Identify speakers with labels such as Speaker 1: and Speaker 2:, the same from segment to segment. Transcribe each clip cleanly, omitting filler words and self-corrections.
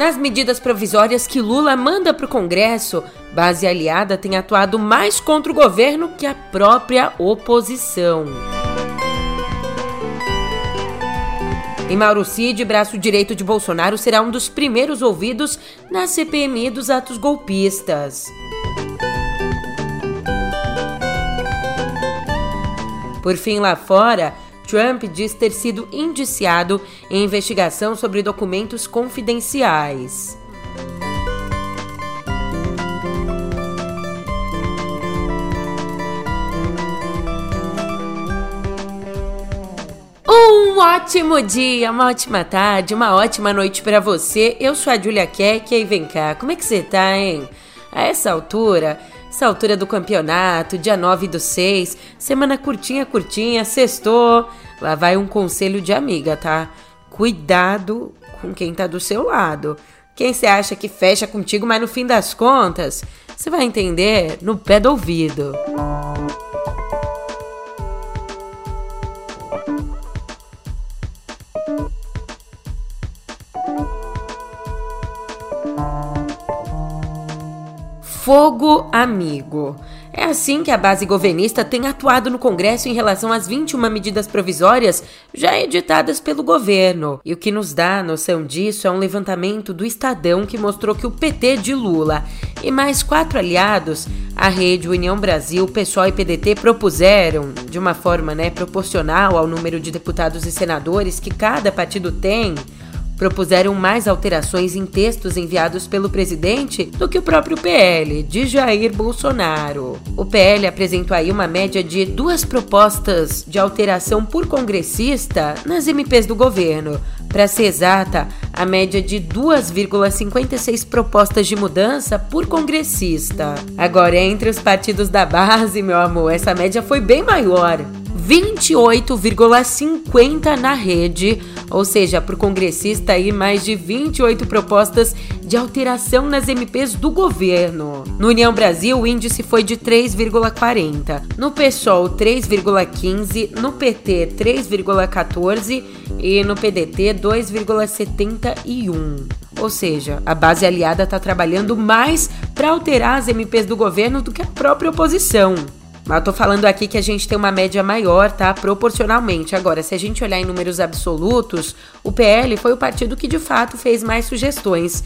Speaker 1: Nas medidas provisórias que Lula manda para o Congresso, base aliada tem atuado mais contra o governo que a própria oposição. E Mauro Cid, braço direito de Bolsonaro, será um dos primeiros ouvidos na CPMI dos atos golpistas. Por fim, lá fora, Trump diz ter sido indiciado em investigação sobre documentos confidenciais. Um ótimo dia, uma ótima tarde, uma ótima noite pra você. Eu sou a Julia Keck e vem cá, como é que você tá, hein? A essa altura do campeonato, dia 9/6, semana curtinha, sextou. Lá vai um conselho de amiga, tá? Cuidado com quem tá do seu lado. Quem você acha que fecha contigo, mas no fim das contas, você vai entender no pé do ouvido. Fogo amigo. É assim que a base governista tem atuado no Congresso em relação às 21 medidas provisórias já editadas pelo governo. E o que nos dá a noção disso é um levantamento do Estadão que mostrou que o PT de Lula e mais 4 aliados, a Rede, União Brasil, PSOL e PDT, propuseram, de uma forma proporcional ao número de deputados e senadores que cada partido tem, propuseram mais alterações em textos enviados pelo presidente do que o próprio PL, de Jair Bolsonaro. O PL apresentou aí uma média de 2 propostas de alteração por congressista nas MPs do governo. Para ser exata, a média de 2,56 propostas de mudança por congressista. Agora, entre os partidos da base, meu amor, essa média foi bem maior. 28,50 na Rede, ou seja, para o congressista aí mais de 28 propostas de alteração nas MPs do governo. No União Brasil, o índice foi de 3,40, no PSOL 3,15, no PT 3,14 e no PDT 2,71. Ou seja, a base aliada está trabalhando mais para alterar as MPs do governo do que a própria oposição. Mas eu tô falando aqui que a gente tem uma média maior, tá? Proporcionalmente. Agora, se a gente olhar em números absolutos, o PL foi o partido que de fato fez mais sugestões.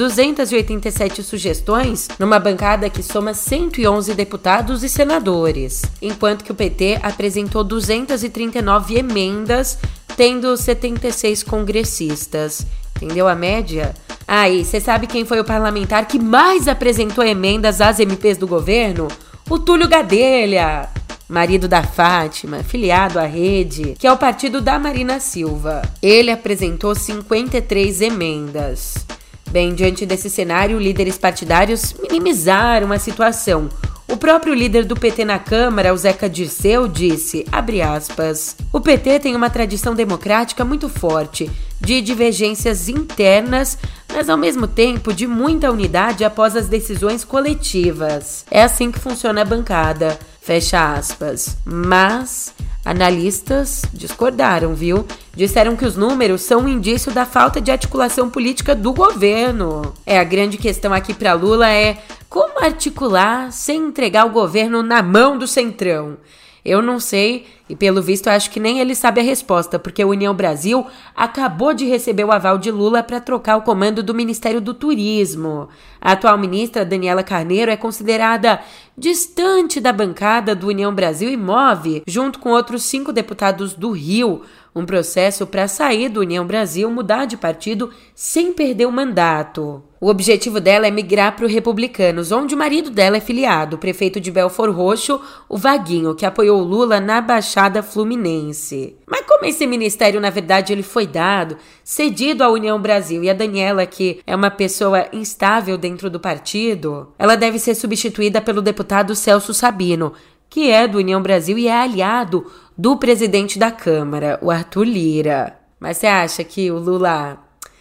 Speaker 1: 287 sugestões numa bancada que soma 111 deputados e senadores. Enquanto que o PT apresentou 239 emendas, tendo 76 congressistas. Entendeu a média? Aí, você sabe quem foi o parlamentar que mais apresentou emendas às MPs do governo? O Túlio Gadelha, marido da Fátima, filiado à Rede, que é o partido da Marina Silva. Ele apresentou 53 emendas. Bem, diante desse cenário, líderes partidários minimizaram a situação. O próprio líder do PT na Câmara, o Zeca Dirceu, disse, abre aspas, o PT tem uma tradição democrática muito forte, de divergências internas, mas ao mesmo tempo de muita unidade após as decisões coletivas. É assim que funciona a bancada, fecha aspas. Mas analistas discordaram, viu? Disseram que os números são um indício da falta de articulação política do governo. A grande questão aqui para Lula é como articular sem entregar o governo na mão do Centrão. Eu não sei e, pelo visto, acho que nem ele sabe a resposta, porque a União Brasil acabou de receber o aval de Lula para trocar o comando do Ministério do Turismo. A atual ministra, Daniela Carneiro, é considerada distante da bancada do União Brasil e move, junto com outros 5 deputados do Rio, um processo para sair do União Brasil, mudar de partido sem perder o mandato. O objetivo dela é migrar para o Republicanos, onde o marido dela é filiado, o prefeito de Belford Roxo, o Vaguinho, que apoiou Lula na Baixada Fluminense. Mas como esse ministério, na verdade, ele foi dado, cedido à União Brasil, e a Daniela, que é uma pessoa instável dentro do partido, ela deve ser substituída pelo deputado Celso Sabino, que é do União Brasil e é aliado do presidente da Câmara, o Arthur Lira. Mas você acha que o Lula,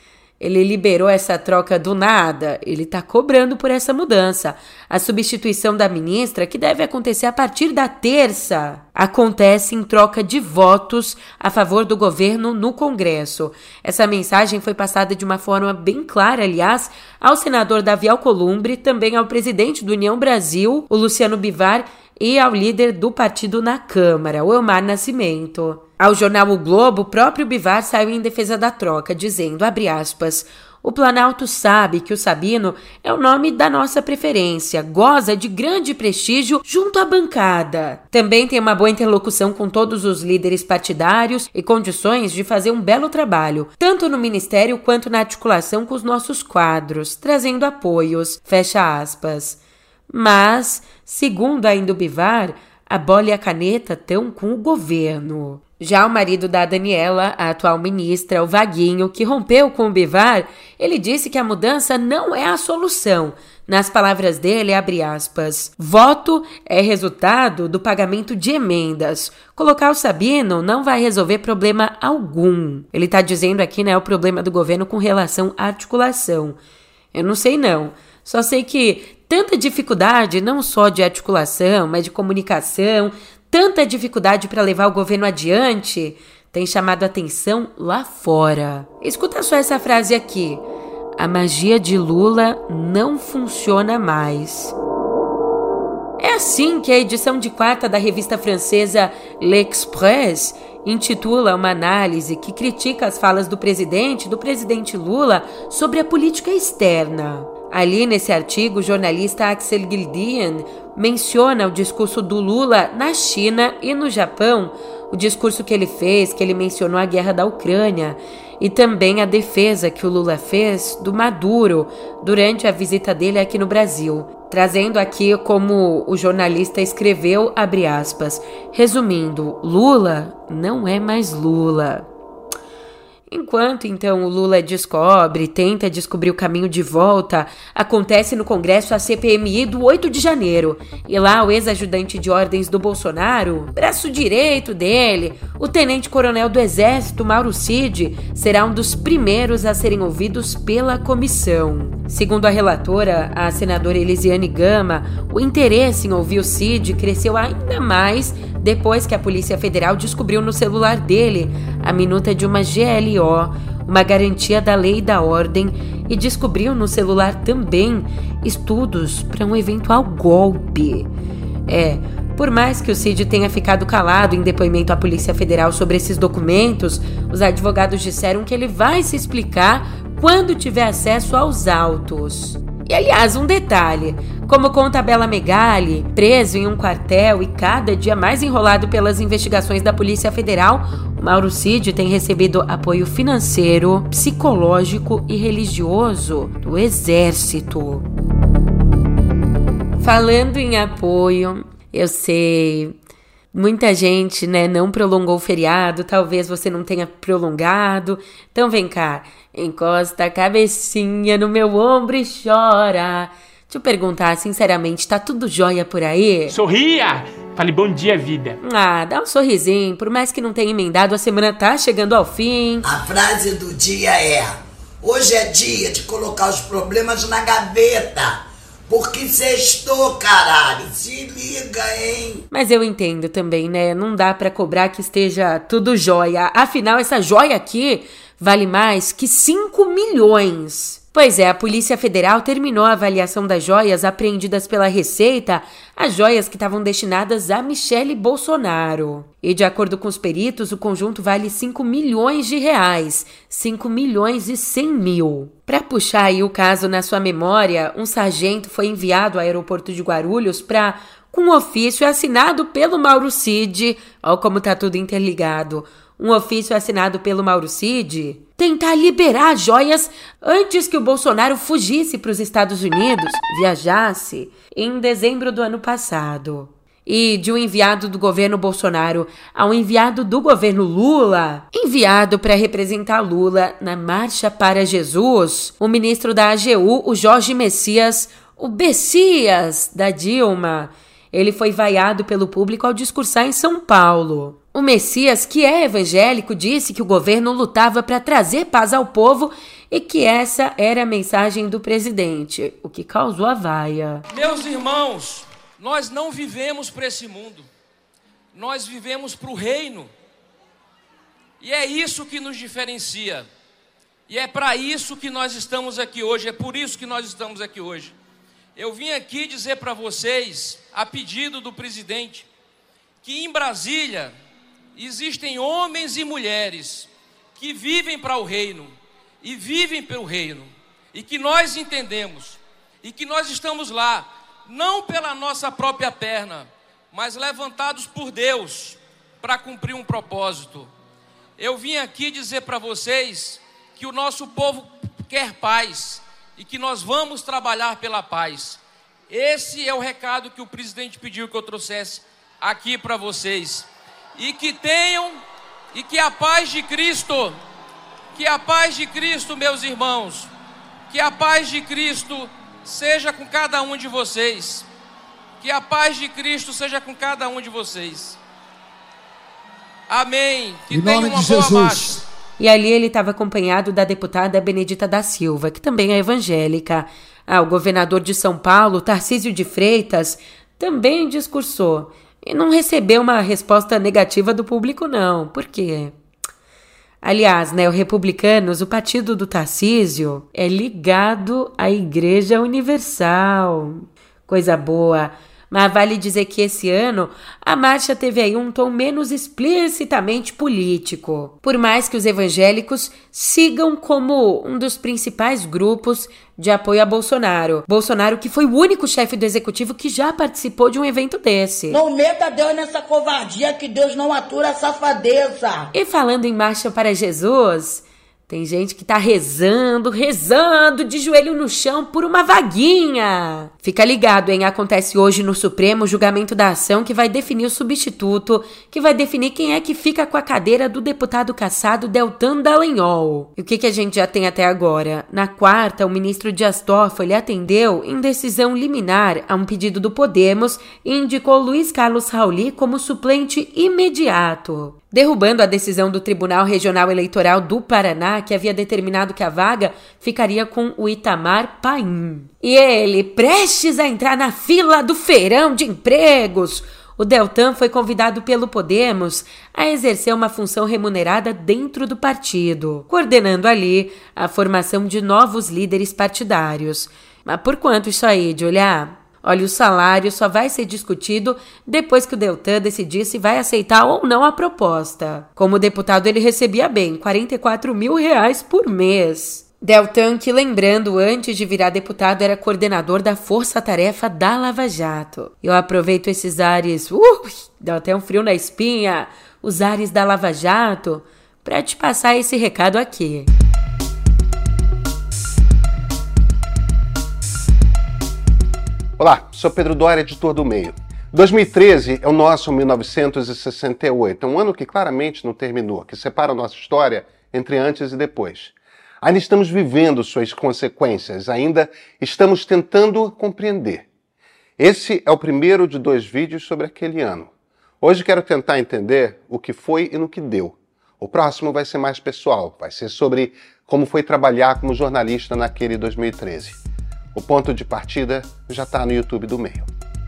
Speaker 1: ele liberou essa troca do nada. Ele tá cobrando por essa mudança. A substituição da ministra, que deve acontecer a partir da terça, acontece em troca de votos a favor do governo no Congresso. Essa mensagem foi passada de uma forma bem clara, aliás, ao senador Davi Alcolumbre, também ao presidente do União Brasil, o Luciano Bivar, e ao líder do partido na Câmara, o Elmar Nascimento. Ao jornal O Globo, o próprio Bivar saiu em defesa da troca, dizendo, abre aspas, o Planalto sabe que o Sabino é o nome da nossa preferência, goza de grande prestígio junto à bancada. Também tem uma boa interlocução com todos os líderes partidários e condições de fazer um belo trabalho, tanto no ministério quanto na articulação com os nossos quadros, trazendo apoios, fecha aspas. Mas, segundo ainda o Bivar, a bola e a caneta estão com o governo. Já o marido da Daniela, a atual ministra, o Vaguinho, que rompeu com o Bivar, ele disse que a mudança não é a solução. Nas palavras dele, abre aspas, voto é resultado do pagamento de emendas. Colocar o Sabino não vai resolver problema algum. Ele está dizendo aqui, né, o problema do governo com relação à articulação. Eu não sei não. Só sei que tanta dificuldade, não só de articulação, mas de comunicação, tanta dificuldade para levar o governo adiante, tem chamado a atenção lá fora. Escuta só essa frase aqui. A magia de Lula não funciona mais. É assim que a edição de quarta da revista francesa L'Express intitula uma análise que critica as falas do presidente Lula sobre a política externa. Ali, nesse artigo, o jornalista Axel Gildian menciona o discurso do Lula na China e no Japão, o discurso que ele fez, que ele mencionou a guerra da Ucrânia, e também a defesa que o Lula fez do Maduro durante a visita dele aqui no Brasil. Trazendo aqui como o jornalista escreveu, abre aspas, resumindo, Lula não é mais Lula. Enquanto, então, o Lula tenta descobrir o caminho de volta, acontece no Congresso a CPMI do 8 de janeiro. E lá, o ex-ajudante de ordens do Bolsonaro, braço direito dele, o tenente-coronel do Exército, Mauro Cid, será um dos primeiros a serem ouvidos pela comissão. Segundo a relatora, a senadora Elisiane Gama, o interesse em ouvir o Cid cresceu ainda mais depois que a Polícia Federal descobriu no celular dele a minuta de uma GLO, uma garantia da lei e da ordem, e descobriu no celular também estudos para um eventual golpe. Por mais que o Cid tenha ficado calado em depoimento à Polícia Federal sobre esses documentos, os advogados disseram que ele vai se explicar quando tiver acesso aos autos. E, aliás, um detalhe, como conta a Bela Megali, preso em um quartel e cada dia mais enrolado pelas investigações da Polícia Federal, Mauro Cid tem recebido apoio financeiro, psicológico e religioso do Exército. Falando em apoio, eu sei, muita gente, não prolongou o feriado, talvez você não tenha prolongado, então vem cá, encosta a cabecinha no meu ombro e chora. Deixa eu perguntar, sinceramente, tá tudo jóia por aí?
Speaker 2: Sorria! Fale bom dia, vida.
Speaker 1: Dá um sorrisinho, por mais que não tenha emendado, a semana tá chegando ao fim.
Speaker 3: A frase do dia é: hoje é dia de colocar os problemas na gaveta, porque sextou, caralho, se liga, hein?
Speaker 1: Mas eu entendo também, não dá pra cobrar que esteja tudo jóia, afinal essa jóia aqui vale mais que 5 milhões. Pois é, a Polícia Federal terminou a avaliação das joias apreendidas pela Receita, as joias que estavam destinadas a Michele Bolsonaro. E de acordo com os peritos, o conjunto vale 5 milhões de reais, 5 milhões e 100 mil. Para puxar aí o caso na sua memória, um sargento foi enviado ao aeroporto de Guarulhos com um ofício assinado pelo Mauro Cid, ó como tá tudo interligado, um ofício assinado pelo Mauro Cid, tentar liberar as joias antes que o Bolsonaro fugisse para os Estados Unidos, viajasse, em dezembro do ano passado. E de um enviado do governo Bolsonaro a um enviado do governo Lula, enviado para representar Lula na Marcha para Jesus, o ministro da AGU, o Jorge Messias, o Bessias da Dilma, ele foi vaiado pelo público ao discursar em São Paulo. O Messias, que é evangélico, disse que o governo lutava para trazer paz ao povo e que essa era a mensagem do presidente, o que causou a vaia.
Speaker 4: Meus irmãos, nós não vivemos para esse mundo, nós vivemos para o reino. E é isso que nos diferencia. E é para isso que nós estamos aqui hoje, é por isso que nós estamos aqui hoje. Eu vim aqui dizer para vocês, a pedido do presidente, que em Brasília existem homens e mulheres que vivem para o reino e vivem pelo reino, e que nós entendemos, e que nós estamos lá, não pela nossa própria perna, mas levantados por Deus para cumprir um propósito. Eu vim aqui dizer para vocês que o nosso povo quer paz e que nós vamos trabalhar pela paz. Esse é o recado que o presidente pediu que eu trouxesse aqui para vocês. E que tenham, e que a paz de Cristo, meus irmãos, que a paz de Cristo seja com cada um de vocês. Que a paz de Cristo seja com cada um de vocês. Amém. Que tenham uma boa marcha.
Speaker 1: E ali ele estava acompanhado da deputada Benedita da Silva, que também é evangélica. O governador de São Paulo, Tarcísio de Freitas, também discursou. E não recebeu uma resposta negativa do público, não. Por quê? Aliás, o Republicanos, o partido do Tarcísio, é ligado à Igreja Universal. Coisa boa. Mas vale dizer que esse ano a marcha teve aí um tom menos explicitamente político. Por mais que os evangélicos sigam como um dos principais grupos de apoio a Bolsonaro. Bolsonaro, que foi o único chefe do executivo que já participou de um evento desse.
Speaker 5: Não meta Deus nessa covardia, que Deus não atura a safadeza.
Speaker 1: E falando em marcha para Jesus, tem gente que tá rezando de joelho no chão por uma vaguinha. Fica ligado, hein? Acontece hoje no Supremo o julgamento da ação que vai definir o substituto, que vai definir quem é que fica com a cadeira do deputado cassado Deltan Dallagnol. E o que a gente já tem até agora? Na quarta, o ministro Dias Toffoli atendeu em decisão liminar a um pedido do Podemos e indicou Luiz Carlos Rauli como suplente imediato, derrubando a decisão do Tribunal Regional Eleitoral do Paraná, que havia determinado que a vaga ficaria com o Itamar Paim. E ele, prestes a entrar na fila do feirão de empregos, o Deltan foi convidado pelo Podemos a exercer uma função remunerada dentro do partido, coordenando ali a formação de novos líderes partidários. Mas por quanto isso aí, Julia? Olha, o salário só vai ser discutido depois que o Deltan decidir se vai aceitar ou não a proposta. Como deputado, ele recebia bem, R$44 mil por mês. Deltan, que lembrando, antes de virar deputado, era coordenador da Força-Tarefa da Lava Jato. Eu aproveito esses ares, dá até um frio na espinha, os ares da Lava Jato, para te passar esse recado aqui.
Speaker 6: Olá, sou Pedro Doria, editor do Meio. 2013 é o nosso 1968, um ano que claramente não terminou, que separa a nossa história entre antes e depois. Ainda estamos vivendo suas consequências, ainda estamos tentando compreender. Esse é o primeiro de 2 vídeos sobre aquele ano. Hoje quero tentar entender o que foi e no que deu. O próximo vai ser mais pessoal, vai ser sobre como foi trabalhar como jornalista naquele 2013. O ponto de partida já está no YouTube do Meio.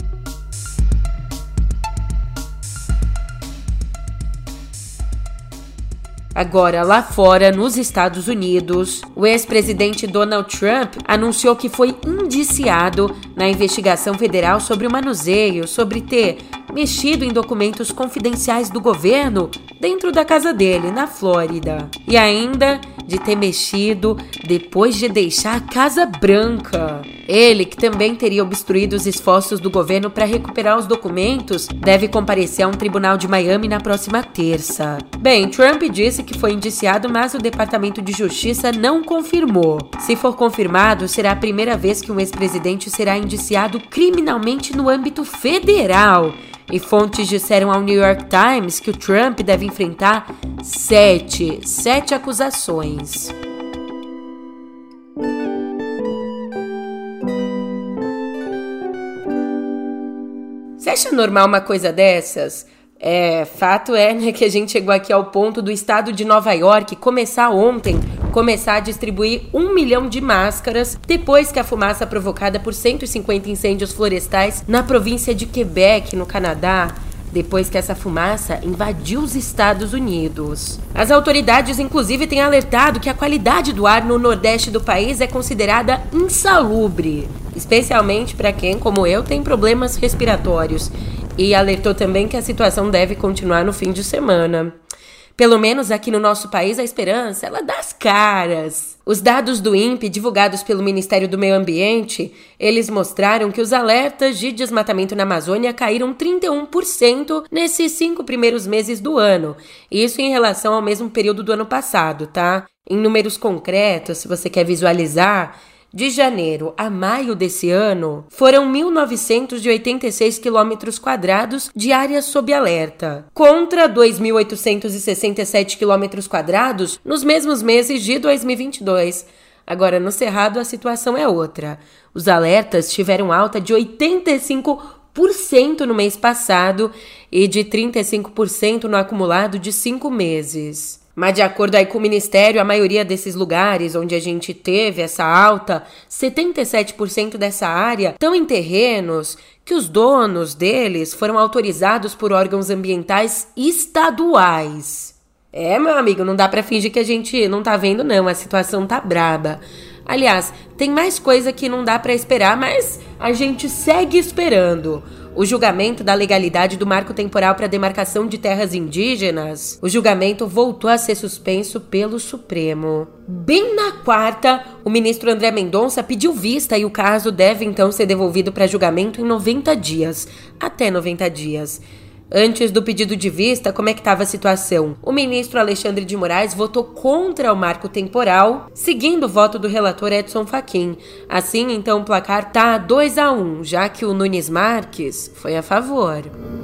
Speaker 1: Agora, lá fora, nos Estados Unidos, o ex-presidente Donald Trump anunciou que foi indiciado na investigação federal sobre o manuseio, sobre ter mexido em documentos confidenciais do governo dentro da casa dele, na Flórida. E ainda de ter mexido depois de deixar a Casa Branca. Ele, que também teria obstruído os esforços do governo para recuperar os documentos, deve comparecer a um tribunal de Miami na próxima terça. Bem, Trump disse que foi indiciado, mas o Departamento de Justiça não confirmou. Se for confirmado, será a primeira vez que um ex-presidente será indiciado criminalmente no âmbito federal. E fontes disseram ao New York Times que o Trump deve enfrentar 7 acusações. Você acha normal uma coisa dessas? Fato é, né, que a gente chegou aqui ao ponto do estado de Nova York começar a distribuir 1 milhão de máscaras depois que a fumaça provocada por 150 incêndios florestais na província de Quebec, no Canadá, depois que essa fumaça invadiu os Estados Unidos. As autoridades, inclusive, têm alertado que a qualidade do ar no nordeste do país é considerada insalubre, especialmente para quem, como eu, tem problemas respiratórios. E alertou também que a situação deve continuar no fim de semana. Pelo menos aqui no nosso país, a esperança, ela dá as caras. Os dados do INPE, divulgados pelo Ministério do Meio Ambiente, eles mostraram que os alertas de desmatamento na Amazônia caíram 31% nesses 5 primeiros meses do ano. Isso em relação ao mesmo período do ano passado, tá? Em números concretos, se você quer visualizar, de janeiro a maio desse ano, foram 1.986 quilômetros quadrados de áreas sob alerta, contra 2.867 quilômetros quadrados nos mesmos meses de 2022. Agora, no Cerrado, a situação é outra. Os alertas tiveram alta de 85% no mês passado e de 35% no acumulado de 5 meses. Mas de acordo aí com o Ministério, a maioria desses lugares onde a gente teve essa alta, 77% dessa área estão em terrenos que os donos deles foram autorizados por órgãos ambientais estaduais. Meu amigo, não dá pra fingir que a gente não tá vendo não, a situação tá braba. Aliás, tem mais coisa que não dá pra esperar, mas a gente segue esperando. O julgamento da legalidade do marco temporal para demarcação de terras indígenas, o julgamento voltou a ser suspenso pelo Supremo. Bem na quarta, o ministro André Mendonça pediu vista e o caso deve então ser devolvido para julgamento em 90 dias, até 90 dias. Antes do pedido de vista, como é que estava a situação? O ministro Alexandre de Moraes votou contra o marco temporal, seguindo o voto do relator Edson Fachin. Assim, então, o placar tá 2-1, já que o Nunes Marques foi a favor.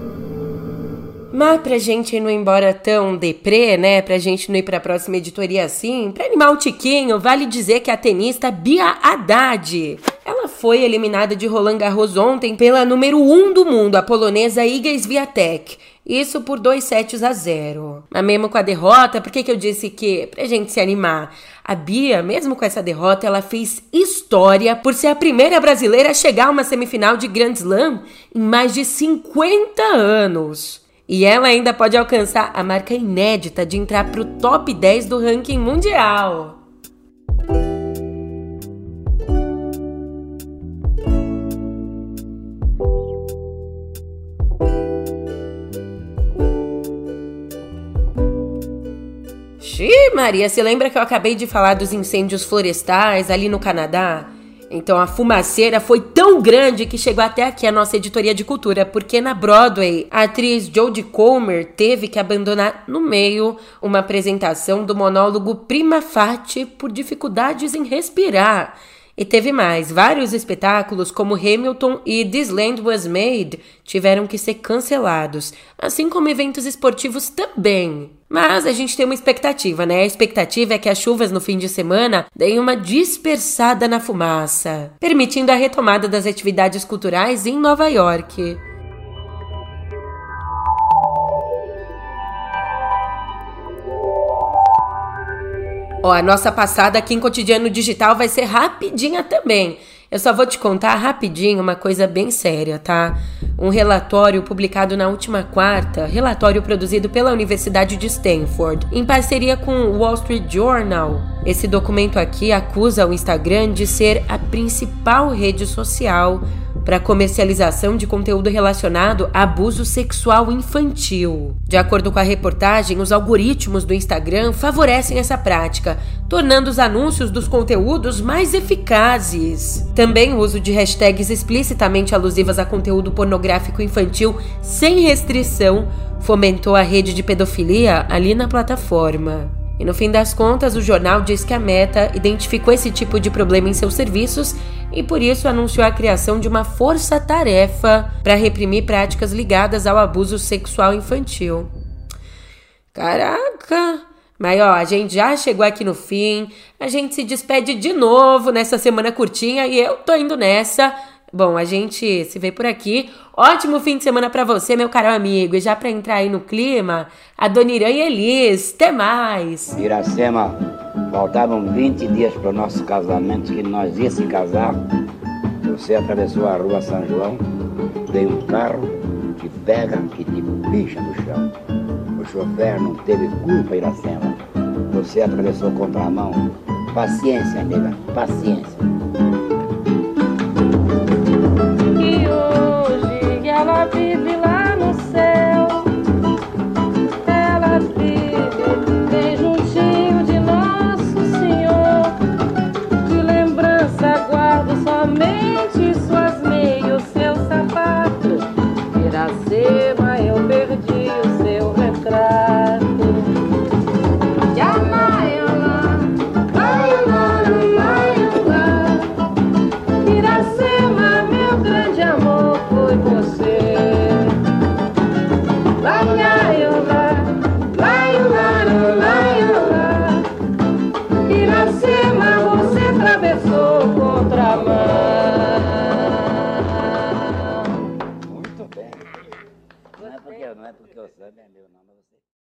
Speaker 1: Mas pra gente não ir embora tão deprê, né? Pra gente não ir pra próxima editoria assim, pra animar um tiquinho, vale dizer que a tenista Bia Haddad, ela foi eliminada de Roland Garros ontem pela número 1 do mundo, a polonesa Iga Swiatek. Isso por 2-0. Mas mesmo com a derrota, por que eu disse que pra gente se animar? A Bia, mesmo com essa derrota, ela fez história por ser a primeira brasileira a chegar a uma semifinal de Grand Slam em mais de 50 anos. E ela ainda pode alcançar a marca inédita de entrar pro top 10 do ranking mundial. Maria, você lembra que eu acabei de falar dos incêndios florestais ali no Canadá? Então a fumaceira foi tão grande que chegou até aqui a nossa editoria de cultura, porque na Broadway a atriz Jodie Comer teve que abandonar no meio uma apresentação do monólogo Prima Facie por dificuldades em respirar. E teve mais, vários espetáculos como Hamilton e This Land Was Made tiveram que ser cancelados, assim como eventos esportivos também. Mas a gente tem uma expectativa, né? A expectativa é que as chuvas no fim de semana deem uma dispersada na fumaça, permitindo a retomada das atividades culturais em Nova York. A nossa passada aqui em Cotidiano Digital vai ser rapidinha também. Eu só vou te contar rapidinho uma coisa bem séria, tá? Um relatório publicado na última quarta, relatório produzido pela Universidade de Stanford, em parceria com o Wall Street Journal. Esse documento aqui acusa o Instagram de ser a principal rede social para comercialização de conteúdo relacionado a abuso sexual infantil. De acordo com a reportagem, os algoritmos do Instagram favorecem essa prática, tornando os anúncios dos conteúdos mais eficazes. Também o uso de hashtags explicitamente alusivas a conteúdo pornográfico infantil sem restrição fomentou a rede de pedofilia ali na plataforma. E no fim das contas, o jornal diz que a Meta identificou esse tipo de problema em seus serviços e por isso anunciou a criação de uma força-tarefa para reprimir práticas ligadas ao abuso sexual infantil. Caraca! Mas a gente já chegou aqui no fim, a gente se despede de novo nessa semana curtinha e eu tô indo nessa. Bom, a gente se vê por aqui. Ótimo fim de semana pra você, meu caro amigo. E já pra entrar aí no clima, a Dona Irã e Elis. Até mais!
Speaker 7: Iracema, faltavam 20 dias para o nosso casamento, que nós ia se casar. Você atravessou a rua São João, veio um carro que pega, que te picha no chão. O chofer não teve culpa, Iracema. Você atravessou contramão. Paciência, nega, paciência.
Speaker 8: E hoje ela vive lá no céu. Ela vive bem juntinho de Nosso Senhor. De lembrança guardo somente suas meias, seu sapato. Iracema, eu perdi o seu retrato. Iracema, meu grande amor, foi você. Iracema, você atravessou contramão.
Speaker 7: Muito bem. Não é porque eu sou, é meu, não.